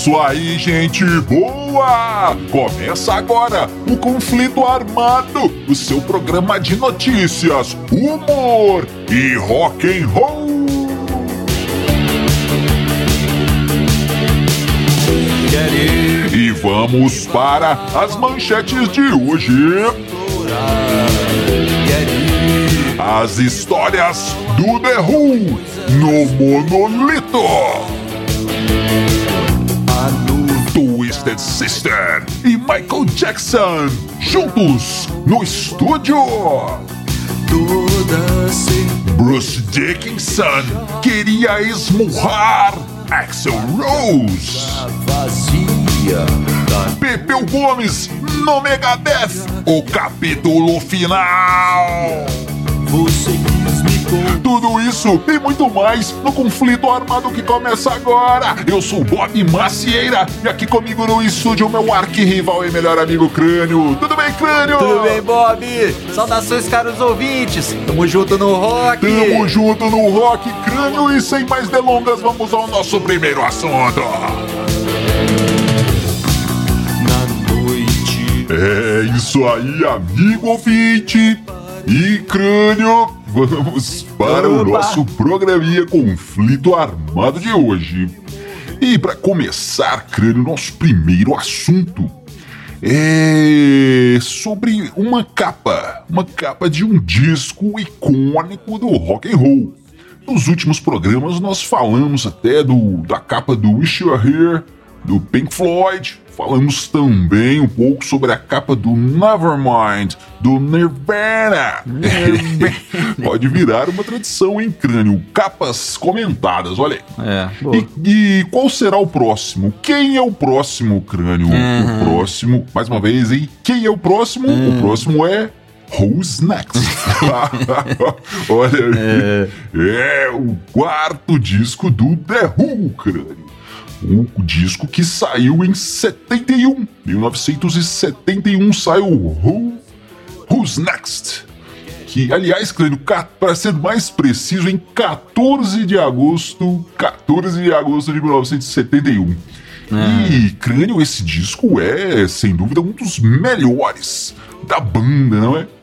isso aí, gente boa! Começa agora o Conflito Armado, o seu programa de notícias, humor e rock and roll. E vamos para as manchetes de hoje. As histórias do The Who no Monolito. Twisted Sister e Michael Jackson juntos no estúdio. Bruce Dickinson queria esmurrar Axl Rose. Pepeu Gomes no Megadeth, o capítulo final. Tudo isso e muito mais no Conflito Armado que começa agora. Eu sou Bob Macieira e aqui comigo no estúdio meu arquirrival e melhor amigo Crânio. Tudo bem, Crânio? Tudo bem, Bob? Saudações, caros ouvintes. Tamo junto no rock. Tamo junto no rock, Crânio. E sem mais delongas, vamos ao nosso primeiro assunto. É isso aí, amigo ouvinte e Crânio, vamos para o nosso programinha Conflito Armado de hoje. E para começar, Crânio, nosso primeiro assunto é sobre uma capa de um disco icônico do rock and roll. Nos últimos programas nós falamos até da capa do Wish You Were Here, do Pink Floyd. Falamos também um pouco sobre a capa do Nevermind, do Nirvana. Pode virar uma tradição, hein, Crânio? Capas comentadas, olha aí. E qual será o próximo? Quem é o próximo, Crânio? O próximo, mais uma vez, hein? Quem é o próximo? O próximo é Who's Next? Olha aí. É o quarto disco do The Who, Crânio. O disco que saiu em 1971 saiu o Who's Next? Que, aliás, Crânio, para ser mais preciso, em 14 de agosto de 1971. E, Crânio, esse disco é, sem dúvida, um dos melhores da banda, não é?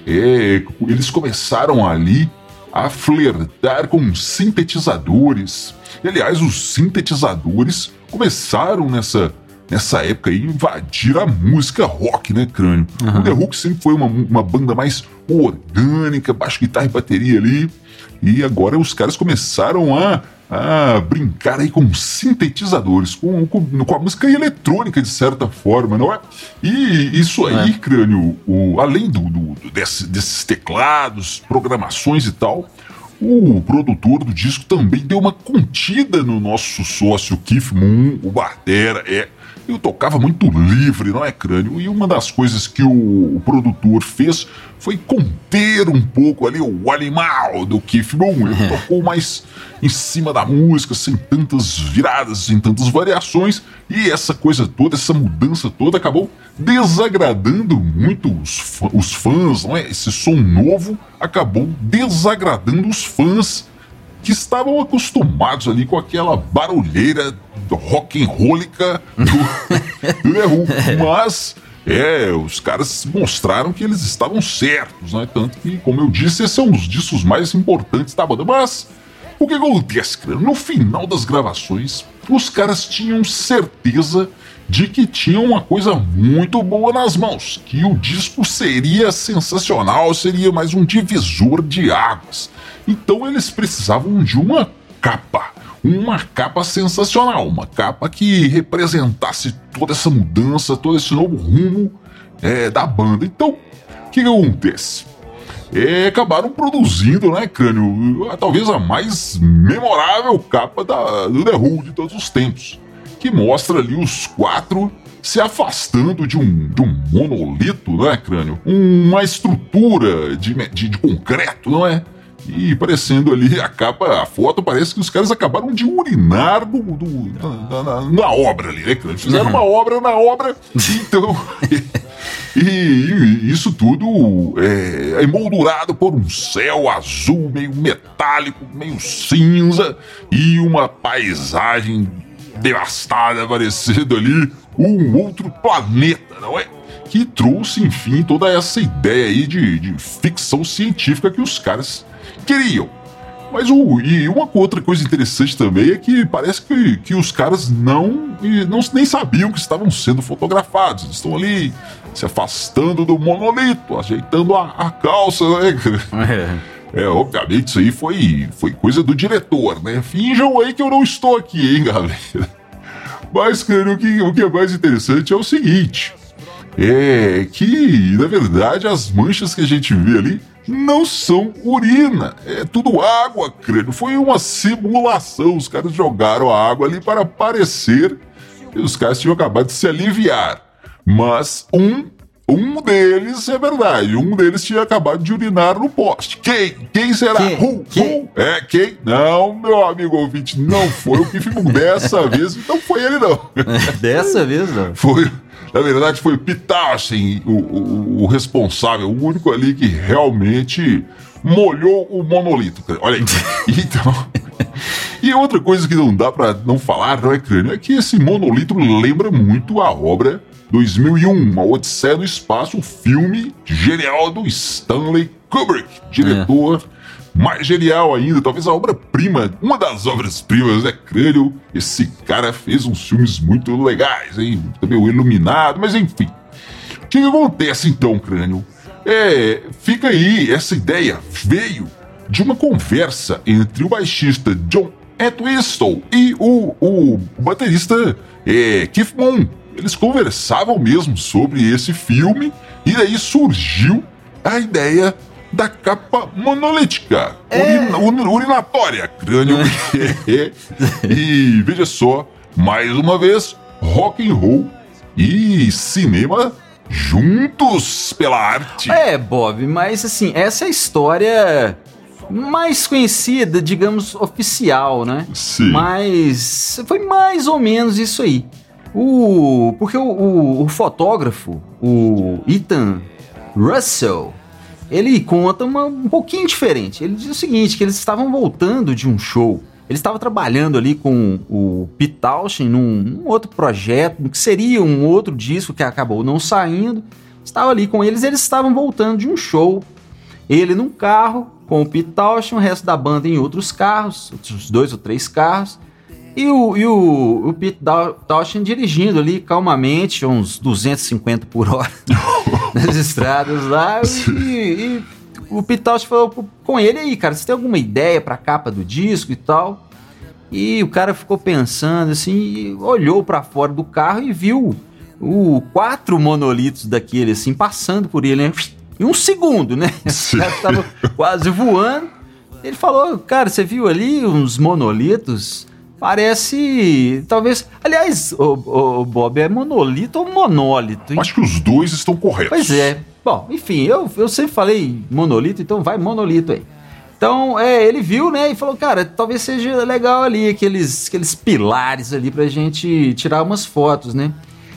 Eles começaram ali a flertar com sintetizadores. E, aliás, os sintetizadores começaram nessa época a invadir a música rock, né, Crânio? O The Who sempre foi uma banda mais orgânica, baixo, guitarra e bateria ali. E agora os caras começaram a brincar aí com sintetizadores, com a música eletrônica, de certa forma, não é? E isso aí, Crânio, além desses teclados, programações e tal, o produtor do disco também deu uma contida no nosso sócio Keith Moon, o batera. Eu tocava muito livre, não é, Crânio? E uma das coisas que o produtor fez foi conter um pouco ali o animal do Keith Moon. Ele tocou mais em cima da música, sem tantas viradas, sem tantas variações. E essa coisa toda, essa mudança toda acabou desagradando muito os fãs, não é? Esse som novo acabou desagradando os fãs que estavam acostumados ali com aquela barulheira rock and rollica do The Who. Mas os caras mostraram que eles estavam certos, né? Tanto que, como eu disse, esse é um dos discos mais importantes da banda. Mas o que acontece, cara? No final das gravações, os caras tinham certeza de que tinham uma coisa muito boa nas mãos, que o disco seria sensacional, seria mais um divisor de águas. Então eles precisavam de uma capa sensacional, uma capa que representasse toda essa mudança, todo esse novo rumo da banda. Então, o que acontece? Acabaram produzindo, né, Crânio, talvez a mais memorável capa do The Who de todos os tempos, que mostra ali os quatro se afastando de um monolito, não é, Crânio? Uma estrutura de concreto, não é? E parecendo ali a foto, parece que os caras acabaram de urinar na obra ali, né, Crânio? Fizeram uma obra na obra, então... E isso tudo é emoldurado por um céu azul, meio metálico, meio cinza, e uma paisagem devastada, parecendo ali um outro planeta, não é? Que trouxe, enfim, toda essa ideia aí de ficção científica que os caras queriam. Mas e uma outra coisa interessante também é que parece que os caras nem sabiam que estavam sendo fotografados. Eles estão ali se afastando do monolito, ajeitando a calça, né? Obviamente isso aí foi coisa do diretor, né? Finjam aí que eu não estou aqui, hein, galera? Mas, cara, o que é mais interessante é o seguinte: é que, na verdade, as manchas que a gente vê ali não são urina, é tudo água, crânio. Foi uma simulação, os caras jogaram a água ali para parecer que os caras tinham acabado de se aliviar. Mas um deles, é verdade, um deles tinha acabado de urinar no poste. Quem será? Quem? Quem? Não, meu amigo ouvinte, não foi o Keith Moon. Dessa vez não foi ele, não. Dessa vez, não. Foi... Na verdade, foi o Pete Townshend, o responsável, o único ali que realmente molhou o monolito. Olha aí. Então... E outra coisa que não dá pra não falar, não é, crânio? É que esse monolito lembra muito a obra 2001, Uma Odisseia no Espaço, um filme genial do Stanley Kubrick, diretor... Mais genial ainda, talvez a obra-prima, uma das obras-primas, né, crânio? Esse cara fez uns filmes muito legais, hein? Também o Iluminado, mas enfim. O que acontece então, crânio? Fica aí, essa ideia veio de uma conversa entre o baixista John Entwistle e o baterista Keith Moon. Eles conversavam mesmo sobre esse filme e daí surgiu a ideia da capa monolítica, urinatória, crânio. E veja só, mais uma vez, rock and roll e cinema juntos pela arte. Bob, mas assim, essa é a história mais conhecida, digamos, oficial, né? Sim. Mas foi mais ou menos isso aí. Porque o fotógrafo, o Ethan Russell, ele conta um pouquinho diferente. Ele diz o seguinte, que eles estavam voltando de um show. Ele estava trabalhando ali com o Pete Townshend num outro projeto, que seria um outro disco que acabou não saindo. Estava ali com eles estavam voltando de um show. Ele num carro, com o Pete Townshend, o resto da banda em outros carros, outros 2 ou 3 carros. E o Pete Townshend dirigindo ali calmamente, uns 250 por hora nas estradas lá. E o Pete Townshend falou com ele aí, cara, você tem alguma ideia pra capa do disco e tal? E o cara ficou pensando assim, e olhou pra fora do carro e viu 4 monolitos daquele assim, passando por ele, né? Em um segundo, né? O cara tava quase voando. Ele falou, cara, você viu ali uns monolitos? Parece, talvez... Aliás, o Bob, é monolito ou monólito? Hein? Acho que os dois estão corretos. Pois é. Bom, enfim, eu sempre falei monolito, então vai monolito aí. Então, ele viu, né, e falou, cara, talvez seja legal ali aqueles pilares ali pra gente tirar umas fotos, né?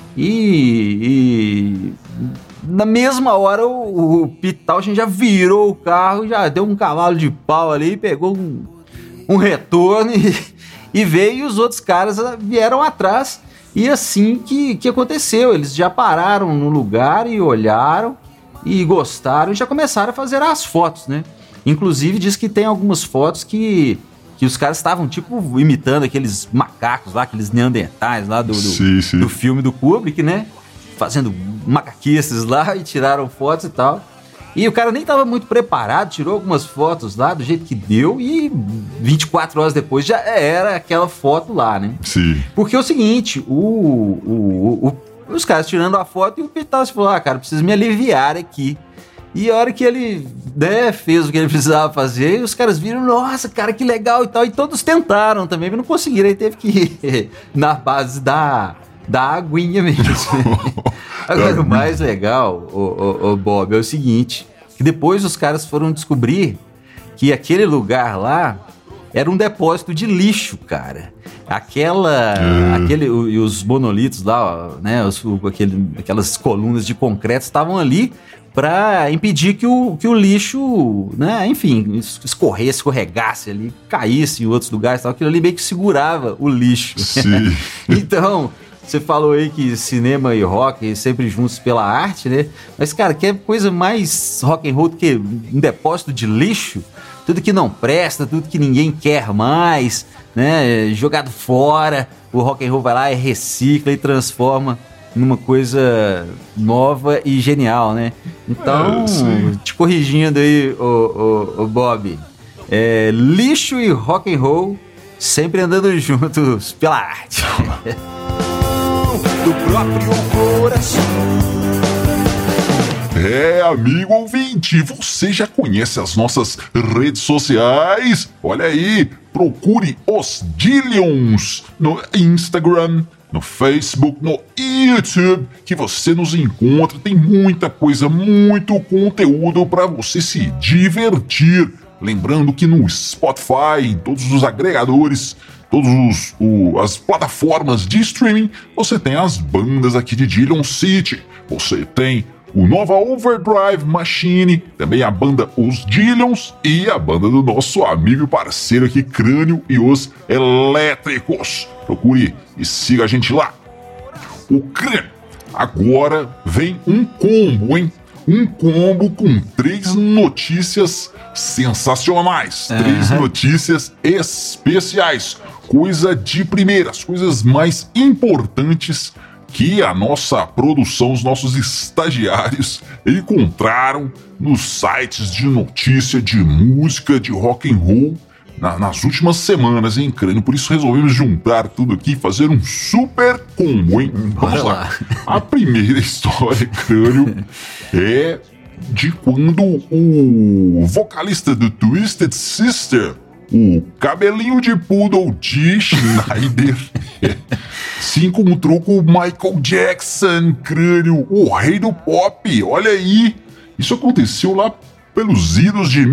E na mesma hora o Pete Townshend já virou o carro, já deu um cavalo de pau ali, pegou um retorno e veio, e os outros caras vieram atrás. E assim que aconteceu, eles já pararam no lugar e olharam e gostaram e já começaram a fazer as fotos, né? Inclusive diz que tem algumas fotos que os caras estavam tipo imitando aqueles macacos lá, aqueles neandertais lá do filme do Kubrick, né? Fazendo macaquices lá e tiraram fotos e tal. E o cara nem estava muito preparado, tirou algumas fotos lá do jeito que deu e 24 horas depois já era aquela foto lá, né? Sim. Porque é o seguinte, os caras tirando a foto e o Pete Townshend falou, cara, preciso me aliviar aqui. E a hora que ele, né, fez o que ele precisava fazer, os caras viram, nossa, cara, que legal e tal. E todos tentaram também, mas não conseguiram. Aí teve que ir na base da aguinha mesmo. Agora, o mais legal, o Bob, é o seguinte, que depois os caras foram descobrir que aquele lugar lá era um depósito de lixo, cara. E os monolitos lá, né, aquelas colunas de concreto estavam ali para impedir que o lixo, né, enfim, escorregasse ali, caísse em outros lugares, tal. Aquilo ali meio que segurava o lixo. Sim. Então, você falou aí que cinema e rock sempre juntos pela arte, né? Mas, cara, que coisa mais rock and roll do que um depósito de lixo? Tudo que não presta, tudo que ninguém quer mais, né? Jogado fora, o rock and roll vai lá e recicla e transforma numa coisa nova e genial, né? Então, te corrigindo aí, o Bob, lixo e rock and roll sempre andando juntos pela arte. Do próprio coração. Amigo ouvinte, você já conhece as nossas redes sociais? Olha aí, procure os Dillions no Instagram, no Facebook, no YouTube, que você nos encontra. Tem muita coisa, muito conteúdo para você se divertir. Lembrando que no Spotify, em todos os agregadores, todas as plataformas de streaming, você tem as bandas aqui de Dillion City. Você tem o Nova Overdrive Machine, também a banda Os Dillions e a banda do nosso amigo e parceiro aqui, Crânio e os Elétricos. Procure e siga a gente lá. O Crânio, agora vem um combo, hein? Um combo com 3 notícias sensacionais, 3 notícias especiais, coisa de primeira, as coisas mais importantes que a nossa produção, os nossos estagiários encontraram nos sites de notícia, de música, de rock and roll nas últimas semanas, hein, Crânio? Por isso resolvemos juntar tudo aqui e fazer um super combo, hein? Vamos lá. A primeira história, Crânio, é de quando o vocalista do Twisted Sister, o cabelinho de poodle Dee Snider, se encontrou com o Michael Jackson, Crânio, o rei do pop. Olha aí, isso aconteceu lá pelos idos de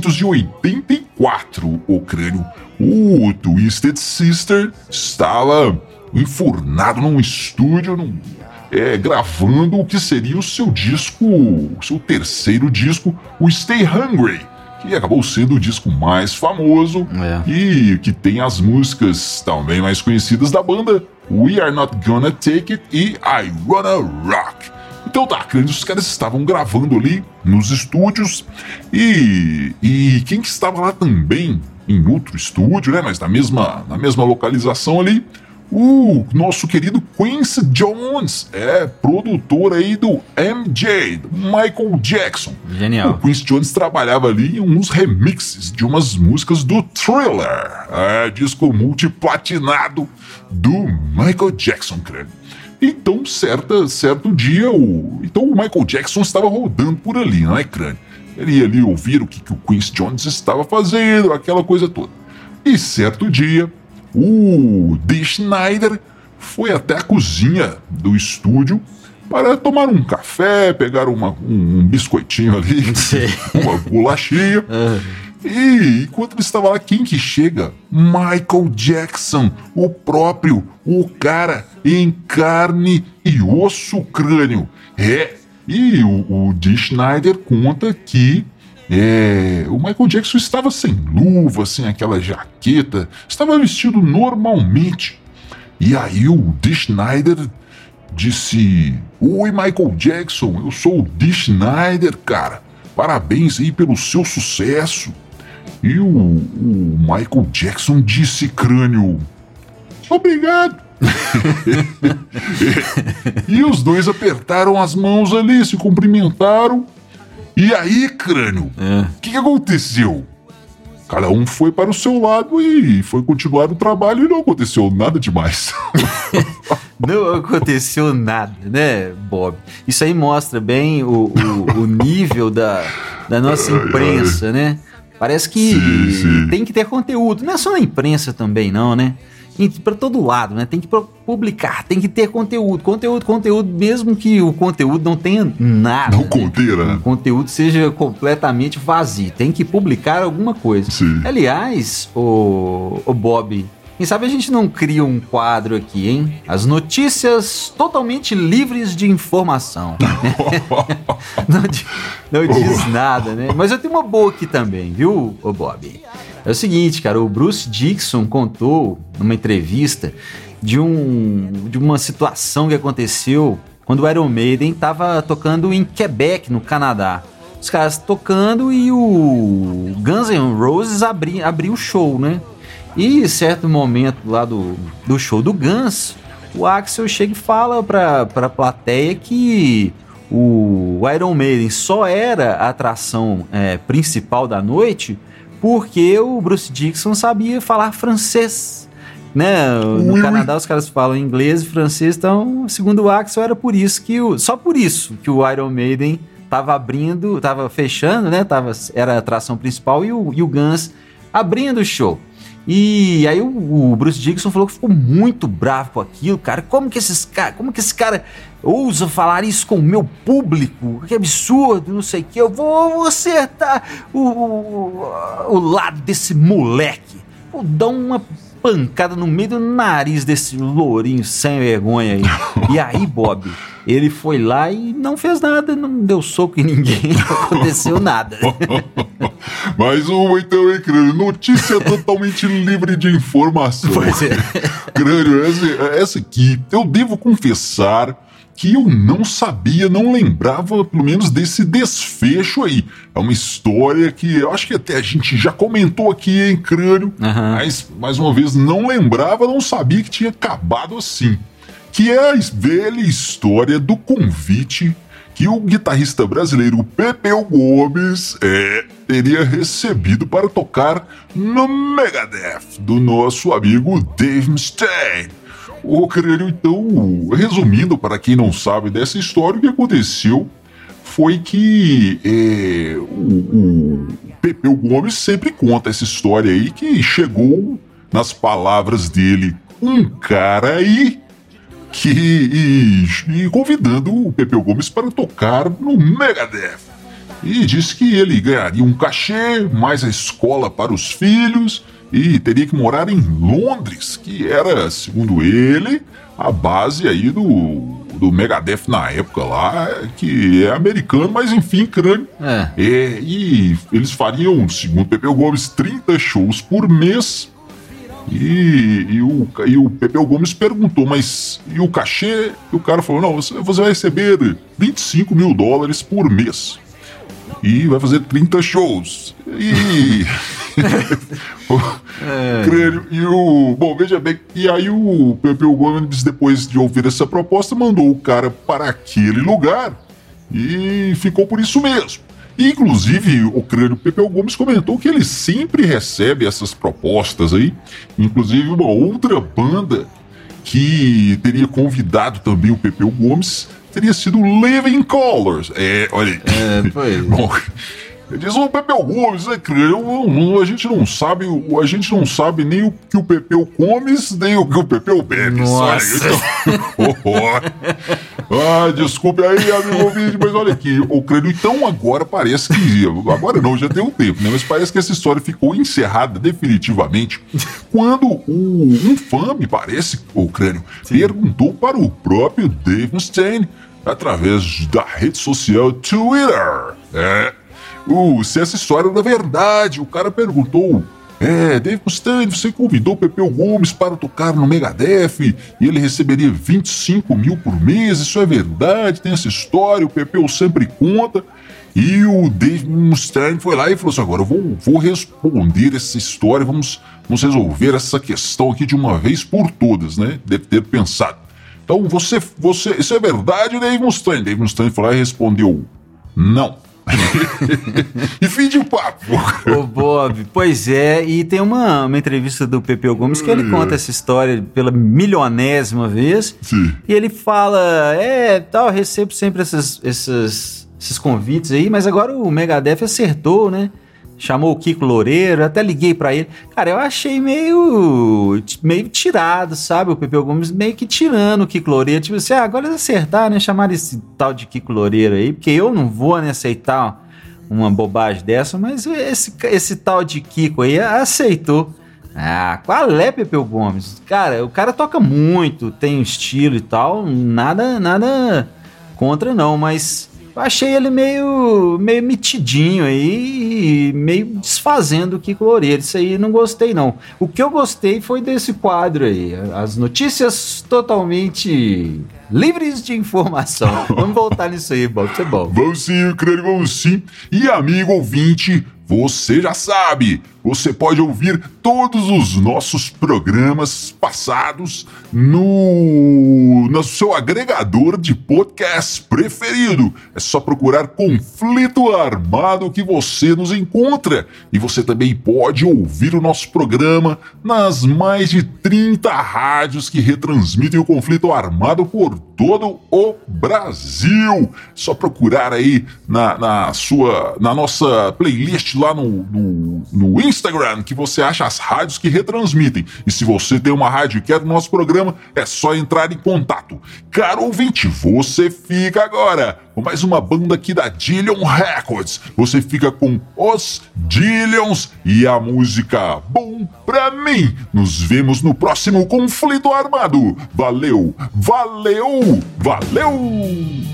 1984, o Crânio. O Twisted Sister estava enfurnado num estúdio, gravando o que seria o seu disco, o seu terceiro disco, o Stay Hungry, que acabou sendo o disco mais famoso e que tem as músicas também mais conhecidas da banda, We Are Not Gonna Take It e I Wanna Rock. Então tá, os caras estavam gravando ali nos estúdios e quem que estava lá também, em outro estúdio, né, mas na mesma localização ali, o nosso querido Quincy Jones, produtor aí do MJ, do Michael Jackson. Genial. O Quincy Jones trabalhava ali em uns remixes de umas músicas do Thriller, disco multiplatinado do Michael Jackson, creio. Então, certo dia, o Michael Jackson estava rodando por ali, não é, Crânio? Ele ia ali ouvir o que o Quincy Jones estava fazendo, aquela coisa toda. E certo dia, o Dee Snider foi até a cozinha do estúdio para tomar um café, pegar um biscoitinho ali, uma bolachinha. E enquanto ele estava lá, quem que chega? Michael Jackson, o próprio, o cara em carne e osso, Crânio. E o Dee Snider conta que o Michael Jackson estava sem luva, sem aquela jaqueta, estava vestido normalmente. E aí o Dee Snider disse: "Oi, Michael Jackson, eu sou o Dee Snider, cara. Parabéns aí pelo seu sucesso." E o Michael Jackson disse, Crânio: "Obrigado." E os dois apertaram as mãos ali, se cumprimentaram. E aí, Crânio, o que aconteceu? Cada um foi para o seu lado e foi continuar o trabalho e não aconteceu nada demais. Não aconteceu nada, né, Bob? Isso aí mostra bem o nível da nossa imprensa, né? Parece que tem que ter conteúdo. Não é só na imprensa também, não, né? para todo lado, né? Tem que publicar, tem que ter conteúdo, mesmo que o conteúdo não tenha nada. Não conteira, né? O conteúdo seja completamente vazio, tem que publicar alguma coisa. Sim. Aliás, o Bob, quem sabe a gente não cria um quadro aqui, hein? As notícias totalmente livres de informação. não diz nada, né? Mas eu tenho uma boa aqui também, viu, Bob? É o seguinte, cara, o Bruce Dickinson contou numa entrevista de uma situação que aconteceu quando o Iron Maiden estava tocando em Quebec, no Canadá. Os caras tocando e o Guns N' Roses abriu o show, né? E em certo momento lá do show do Guns, o Axl chega e fala pra plateia que o Iron Maiden só era a atração principal da noite porque o Bruce Dickinson sabia falar francês, né? No Canadá os caras falam inglês e francês, então, segundo o Axl, era por isso só por isso que o Iron Maiden tava fechando, né? Era a atração principal e o Guns abrindo o show. E aí o Bruce Dickinson falou que ficou muito bravo com aquilo, cara. Como que esse cara ousa falar isso com o meu público? Que absurdo, não sei o que. Eu vou acertar o lado desse moleque. Vou dar uma pancada no meio do nariz desse lourinho sem vergonha aí. E aí, Bob, ele foi lá e não fez nada, não deu soco em ninguém, não aconteceu nada. Mais uma então, hein, Crânio? Notícia totalmente livre de informação. Pois é. Crânio, essa aqui, eu devo confessar que eu não sabia, não lembrava, pelo menos, desse desfecho aí. É uma história que eu acho que até a gente já comentou aqui em Crânio, mas, mais uma vez, não lembrava, não sabia que tinha acabado assim. Que é a velha história do convite que o guitarrista brasileiro Pepeu Gomes teria recebido para tocar no Megadeth, do nosso amigo Dave Mustaine. O Crânio, então, resumindo para quem não sabe dessa história, o que aconteceu foi que o Pepeu Gomes sempre conta essa história aí, que chegou, nas palavras dele, um cara aí e convidando o Pepeu Gomes para tocar no Megadeth. E disse que ele ganharia um cachê, mais a escola para os filhos, e teria que morar em Londres, que era, segundo ele, a base aí do Megadeth na época lá, que é americano, mas enfim, Crânio. E eles fariam, segundo Pepeu Gomes, 30 shows por mês. E o Pepeu Gomes perguntou, mas e o cachê? E o cara falou, não, você vai receber $25 mil por mês. E vai fazer 30 shows. Bom, veja bem. E aí o Pepeu Gomes, depois de ouvir essa proposta, mandou o cara para aquele lugar e ficou por isso mesmo. Inclusive, o Crânio Pepeu Gomes comentou que ele sempre recebe essas propostas aí. Inclusive, uma outra banda que teria convidado também o Pepeu Gomes teria sido Living Colours. Olha aí. Foi. Bom, diz o Pepeu Gomes, né, Crânio? A gente não sabe nem o que o Pepeu come, nem o que o Pepeu bebe. Nossa. Desculpe aí, amigo ouvinte, mas olha aqui, o Crânio, então agora parece que... Agora não, já tem um tempo, né? Mas parece que essa história ficou encerrada definitivamente quando um fã, me parece, o Crânio, perguntou para o próprio Dave Mustaine, através da rede social Twitter, se essa história era verdade. O cara perguntou, Dave Mustaine, você convidou o Pepeu Gomes para tocar no Megadeth e ele receberia 25 mil por mês, isso é verdade? Tem essa história, o Pepeu sempre conta. E o Dave Mustaine foi lá e falou assim, agora eu vou responder essa história, vamos resolver essa questão aqui de uma vez por todas, né? Deve ter pensado. Então, isso é verdade, Dave Mustaine? Dave Mustaine foi lá e respondeu, não. E fim de papo. Ô Bob, pois é, e tem uma entrevista do Pepeu Gomes que ele conta essa história pela milionésima vez. Sim. E ele fala, eu recebo sempre esses convites aí, mas agora o Megadeth acertou, né? chamou o Kiko Loureiro, até liguei pra ele. Cara, eu achei meio tirado, sabe? O Pepeu Gomes meio que tirando o Kiko Loureiro. Tipo assim, agora eles acertaram, né? Chamaram esse tal de Kiko Loureiro aí, porque eu não vou, né, aceitar uma bobagem dessa, mas esse tal de Kiko aí aceitou. Ah, qual é, Pepeu Gomes? Cara, o cara toca muito, tem um estilo e tal, nada contra não, mas eu achei ele meio metidinho aí, meio desfazendo o Kiko Loureiro. Isso aí não gostei não. O que eu gostei foi desse quadro aí, as notícias totalmente livres de informação. Vamos voltar nisso aí, bom, isso é bom. Vamos sim, creio, vamos sim. E amigo ouvinte, você já sabe, você pode ouvir todos os nossos programas passados no seu agregador de podcast preferido. É só procurar Conflito Armado que você nos encontra. E você também pode ouvir o nosso programa nas mais de 30 rádios que retransmitem o Conflito Armado por todo o Brasil. É só procurar aí na nossa playlist lá no Instagram, que você acha as rádios que retransmitem. E se você tem uma rádio e quer o nosso programa, é só entrar em contato. Caro ouvinte, você fica agora com mais uma banda aqui da Dillion Records. Você fica com os Dillions e a música Bom Pra Mim. Nos vemos no próximo Conflito Armado. Valeu, valeu, valeu!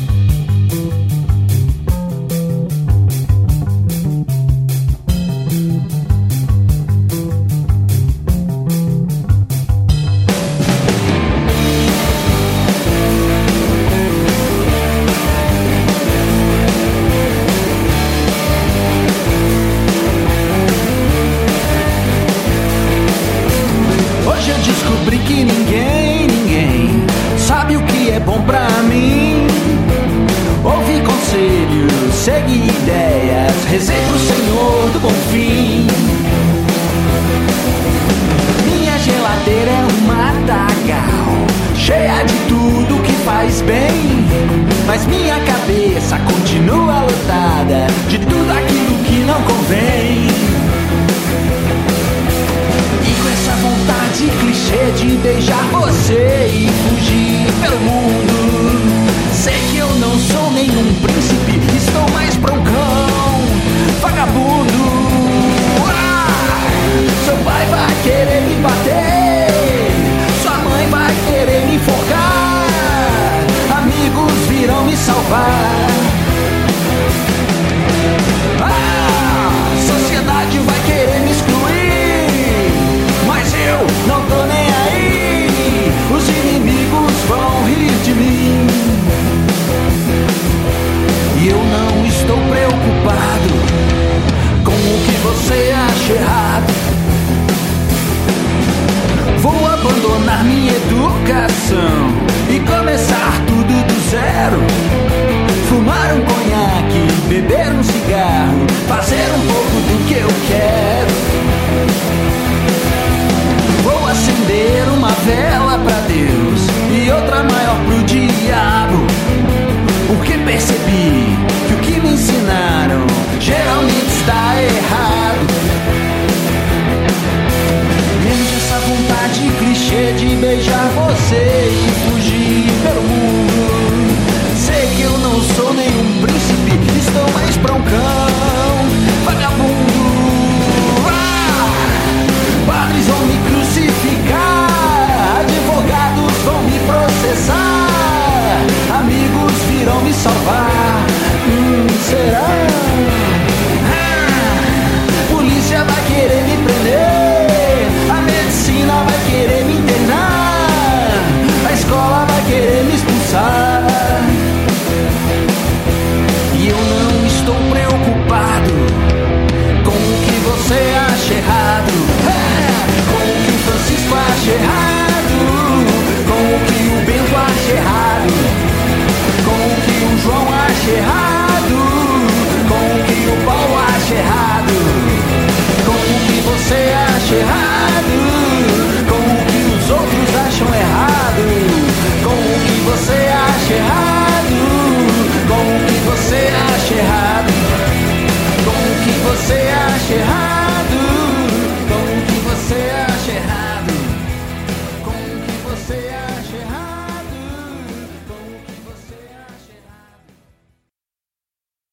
Descobri que ninguém sabe o que é bom pra mim. Ouvi conselhos, segui ideias, rezei pro Senhor do Bom Fim. Minha geladeira é um matagal, cheia de tudo que faz bem, mas minha cabeça continua lotada de tudo aquilo que não convém. Vontade clichê de beijar você e fugir pelo mundo. Sei que eu não sou nenhum príncipe, estou mais pra um cão vagabundo. Seu pai vai querer me bater, sua mãe vai querer me enforcar, amigos virão me salvar. Sociedade vai querer me excluir, mas eu não tô nem aí. Os inimigos vão rir de mim e eu não estou preocupado com o que você acha errado. Vou abandonar minha educação e começar tudo do zero. Fumar um conhaque, beber um cigarro, fazer um pouco do que eu quero. Vou acender uma vela pra Deus e outra maior pro diabo, porque percebi que o que me ensinaram geralmente está errado. Menos essa vontade clichê de beijar você